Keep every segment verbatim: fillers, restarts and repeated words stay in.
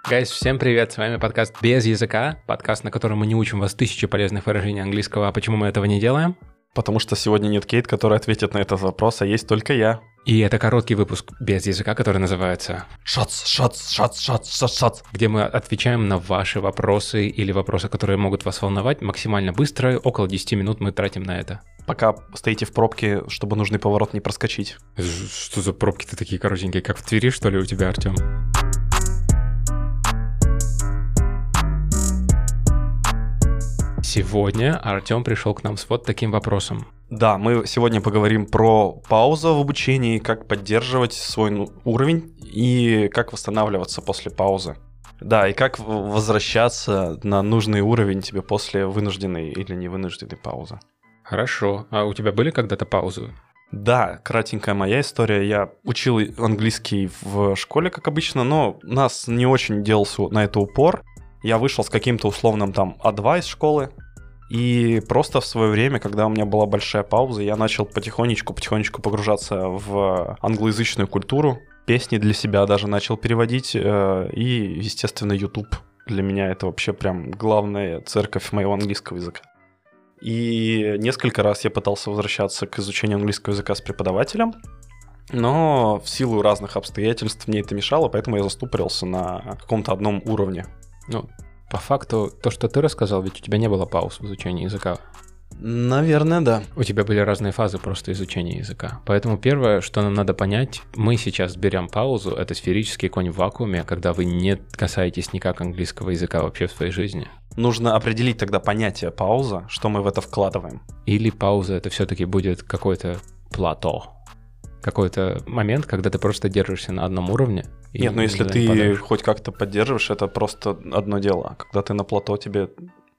Гайс, всем привет, с вами подкаст «Без языка», подкаст, на котором мы не учим вас тысячи полезных выражений английского. А почему мы этого не делаем? Потому что сегодня нет Кейт, которая ответит на этот вопрос, а есть только я. И это короткий выпуск «Без языка», который называется «Шац, шац, шац, шац, шац, шац», где мы отвечаем на ваши вопросы или вопросы, которые могут вас волновать, максимально быстро, около десять минут мы тратим на это. Пока стоите в пробке, чтобы нужный поворот не проскочить. Что за пробки-то такие коротенькие, как в Твери, что ли, у тебя, Артем? Сегодня Артем пришел к нам с вот таким вопросом. Да, мы сегодня поговорим про паузу в обучении, как поддерживать свой уровень и как восстанавливаться после паузы. Да, и как возвращаться на нужный уровень тебе после вынужденной или невынужденной паузы. Хорошо. А у тебя были когда-то паузы? Да, кратенькая моя история. Я учил английский в школе, как обычно, но у нас не очень делался на это упор. Я вышел с каким-то условным там а два из школы, и просто в свое время, когда у меня была большая пауза, я начал потихонечку-потихонечку погружаться в англоязычную культуру, песни для себя даже начал переводить, и, естественно, YouTube для меня это вообще прям главная церковь моего английского языка. И несколько раз я пытался возвращаться к изучению английского языка с преподавателем, но в силу разных обстоятельств мне это мешало, поэтому я застопорился на каком-то одном уровне. Ну, по факту, то, что ты рассказал, ведь у тебя не было пауз в изучении языка. Наверное, да. У тебя были разные фазы просто изучения языка. Поэтому первое, что нам надо понять, мы сейчас берем паузу, это сферический конь в вакууме, когда вы не касаетесь никак английского языка вообще в своей жизни. Нужно определить тогда понятие пауза, что мы в это вкладываем. Или пауза это все-таки будет какой-то плато. Какой-то момент, когда ты просто держишься на одном уровне. Нет, но если ты падаешь. Хоть как-то поддерживаешь, это просто одно дело. Когда ты на плато, тебе,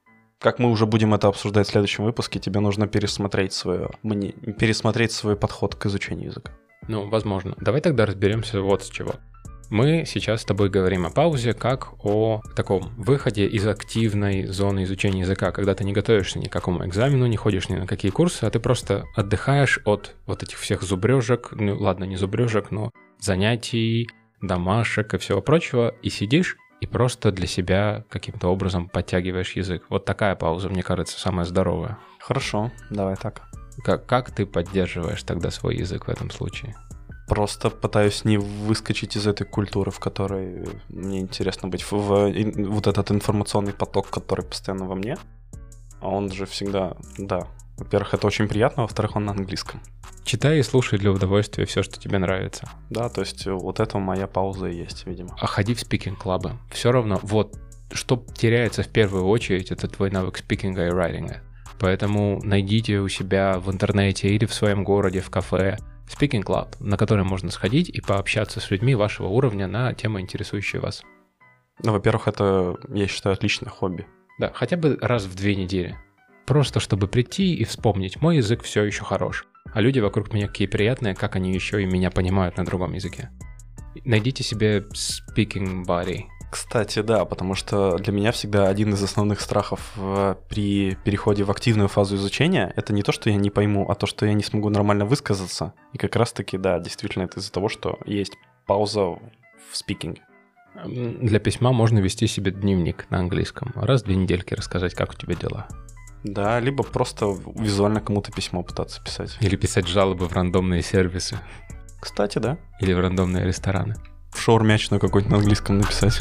как мы уже будем это обсуждать в следующем выпуске, тебе нужно пересмотреть свое, пересмотреть свой подход к изучению языка. Ну, возможно. Давай тогда разберемся вот с чего. Мы сейчас с тобой говорим о паузе как о таком выходе из активной зоны изучения языка, когда ты не готовишься ни к какому экзамену, не ходишь ни на какие курсы, а ты просто отдыхаешь от вот этих всех зубрежек, ну ладно, не зубрежек, но занятий, домашек и всего прочего, и сидишь и просто для себя каким-то образом подтягиваешь язык. Вот такая пауза, мне кажется, самая здоровая. Хорошо, давай так. Как, как ты поддерживаешь тогда свой язык в этом случае? Просто пытаюсь не выскочить из этой культуры, в которой мне интересно быть, в, в, в вот этот информационный поток, который постоянно во мне. А он же всегда, да. Во-первых, это очень приятно, во-вторых, он на английском. Читай и слушай для удовольствия все, что тебе нравится. Да, то есть вот это моя пауза и есть, видимо. А ходи в спикинг-клабы. Все равно, вот, что теряется в первую очередь, это твой навык спикинга и райтинга. Поэтому найдите у себя в интернете или в своем городе, в кафе, Speaking Club, на который можно сходить и пообщаться с людьми вашего уровня на темы, интересующие вас. Ну, во-первых, это, я считаю, отличное хобби. Да, хотя бы раз в две недели. Просто чтобы прийти и вспомнить, мой язык все еще хорош, а люди вокруг меня какие приятные, как они еще и меня понимают на другом языке. Найдите себе speaking buddy. Кстати, да, потому что для меня всегда один из основных страхов при переходе в активную фазу изучения — это не то, что я не пойму, а то, что я не смогу нормально высказаться. И как раз-таки, да, действительно, это из-за того, что есть пауза в спикинге. Для письма можно вести себе дневник на английском. Раз в две недельки рассказать, как у тебя дела. Да, либо просто визуально кому-то письмо пытаться писать. Или писать жалобы в рандомные сервисы. Кстати, да. Или в рандомные рестораны. В шаурмячную какой-нибудь на английском написать.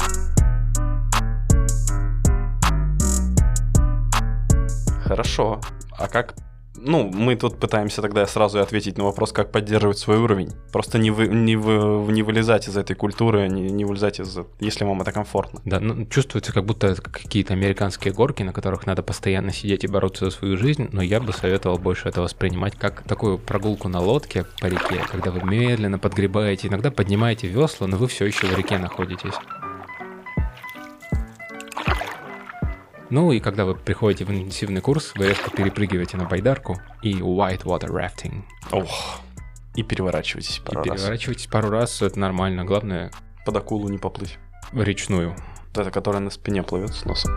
Хорошо. А как... Ну, мы тут пытаемся тогда сразу ответить на вопрос, как поддерживать свой уровень. Просто не, вы, не, вы, не вылезать из этой культуры, не, не вылезать из... Если вам это комфортно. Да, ну, чувствуется, как будто это какие-то американские горки, на которых надо постоянно сидеть и бороться за свою жизнь, но я бы советовал больше это воспринимать как такую прогулку на лодке по реке, когда вы медленно подгребаете, иногда поднимаете весла, но вы все еще в реке находитесь. Ну и когда вы приходите в интенсивный курс, вы резко перепрыгиваете на байдарку и whitewater rafting. Ох, и переворачиваетесь пару и раз. переворачиваетесь пару раз, это нормально. Главное... Под акулу не поплыть. В речную. Вот это, которая на спине плывет с носом.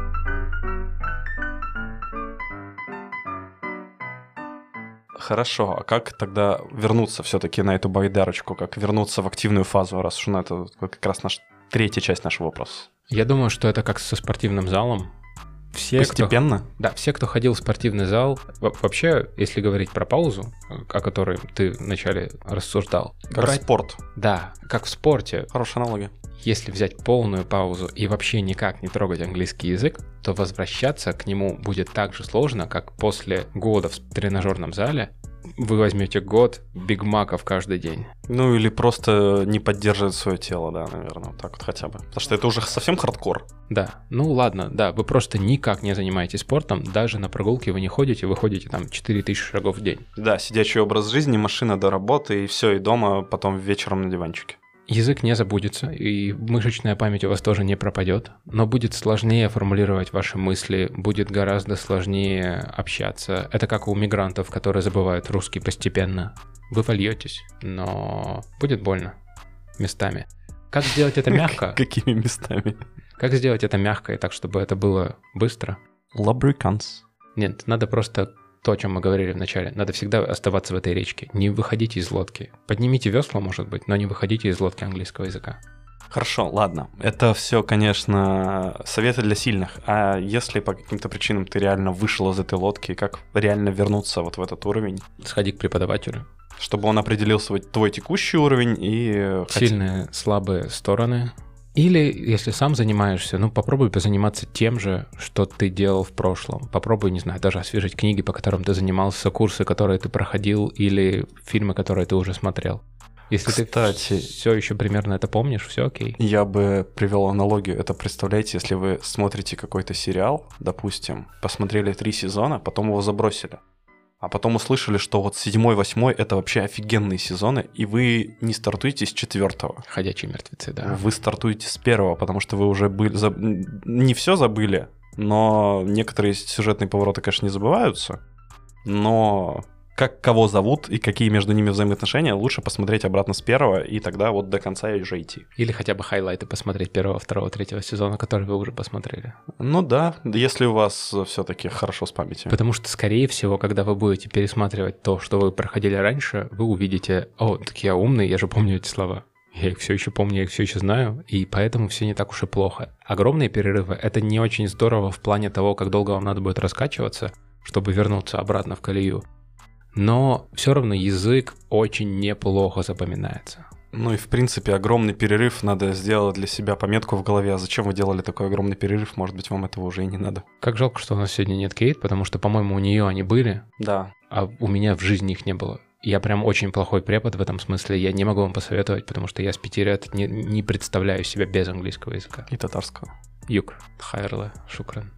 Хорошо, а как тогда вернуться все-таки на эту байдарочку? Как вернуться в активную фазу, раз уж это как раз наша третья часть нашего вопроса? Я думаю, что это как со спортивным залом. Все, Постепенно? Кто, да, все, кто ходил в спортивный зал, вообще, если говорить про паузу, о которой ты вначале рассуждал. Как брать, спорт. Да, как в спорте. Хорошая аналогия. Если взять полную паузу и вообще никак не трогать английский язык, то возвращаться к нему будет так же сложно, как после года в тренажерном зале вы возьмете год бигмаков каждый день. Ну или просто не поддерживать свое тело, да, наверное, вот так вот хотя бы. Потому что это уже совсем хардкор. Да, ну ладно, да, вы просто никак не занимаетесь спортом, даже на прогулке вы не ходите, вы ходите там четыре тысячи шагов в день. Да, сидячий образ жизни, машина до работы и все, и дома потом вечером на диванчике. Язык не забудется, и мышечная память у вас тоже не пропадет, но будет сложнее формулировать ваши мысли, будет гораздо сложнее общаться. Это как у мигрантов, которые забывают русский постепенно. Вы вольетесь, но будет больно местами. Как сделать это мягко? Какими местами? Как сделать это мягко и так, чтобы это было быстро? Lubricants. Нет, надо просто... То, о чем мы говорили в начале, надо всегда оставаться в этой речке. Не выходите из лодки. Поднимите весла, может быть, но не выходите из лодки английского языка. Хорошо, ладно. Это все, конечно, советы для сильных. А если по каким-то причинам ты реально вышел из этой лодки, как реально вернуться вот в этот уровень? Сходи к преподавателю. Чтобы он определил свой твой текущий уровень и... Сильные, слабые стороны. Или, если сам занимаешься, ну, попробуй позаниматься тем же, что ты делал в прошлом. Попробуй, не знаю, даже освежить книги, по которым ты занимался, курсы, которые ты проходил, или фильмы, которые ты уже смотрел. Если Кстати, ты все еще примерно это помнишь, все окей. Я бы привел аналогию. Это представляете, если вы смотрите какой-то сериал, допустим, посмотрели три сезона, потом его забросили. А потом услышали, что вот седьмой, восьмой — это вообще офигенные сезоны, и вы не стартуете с четвертого. Ходячие мертвецы, да. Вы стартуете с первого, потому что вы уже были... Заб... Не все забыли, но некоторые сюжетные повороты, конечно, не забываются. Но как кого зовут и какие между ними взаимоотношения, лучше посмотреть обратно с первого, и тогда вот до конца и уже идти. Или хотя бы хайлайты посмотреть первого, второго, третьего сезона, который вы уже посмотрели. Ну да, если у вас все-таки хорошо с памятью. Потому что, скорее всего, когда вы будете пересматривать то, что вы проходили раньше, вы увидите: о, так я умный, я же помню эти слова. Я их все еще помню, я их все еще знаю, и поэтому все не так уж и плохо. Огромные перерывы — это не очень здорово в плане того, как долго вам надо будет раскачиваться, чтобы вернуться обратно в колею. Но все равно язык очень неплохо запоминается. Ну и в принципе огромный перерыв надо сделать для себя пометку в голове. А зачем вы делали такой огромный перерыв? Может быть, вам этого уже и не надо. Как жалко, что у нас сегодня нет Кейт, потому что, по-моему, у нее они были, да, а у меня в жизни их не было. Я прям очень плохой препод в этом смысле. Я не могу вам посоветовать, потому что я с пяти лет не, не представляю себя без английского языка. И татарского. Юг. Хайрле. Шукран.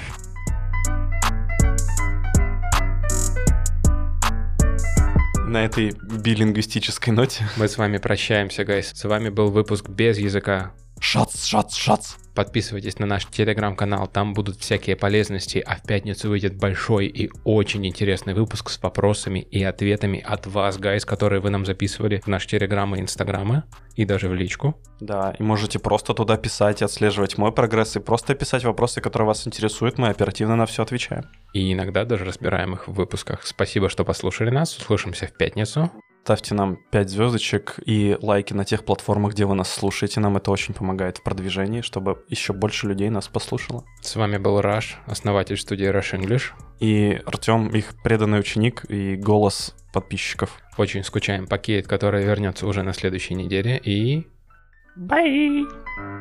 На этой билингвистической ноте мы с вами прощаемся, гайс. С вами был выпуск без языка. Шац, шац, шац. Подписывайтесь на наш телеграм-канал, там будут всякие полезности, а в пятницу выйдет большой и очень интересный выпуск с вопросами и ответами от вас, гайс, которые вы нам записывали в наш телеграм и инстаграмы, и даже в личку. Да, и можете просто туда писать, отслеживать мой прогресс и просто писать вопросы, которые вас интересуют, мы оперативно на все отвечаем. И иногда даже разбираем их в выпусках. Спасибо, что послушали нас, услышимся в пятницу. Ставьте нам пять звездочек и лайки на тех платформах, где вы нас слушаете. Нам это очень помогает в продвижении, чтобы еще больше людей нас послушало. С вами был Раш, основатель студии Rush English. И Артем, их преданный ученик и голос подписчиков. Очень скучаем по Кейт, которая вернется уже на следующей неделе. И... Bye!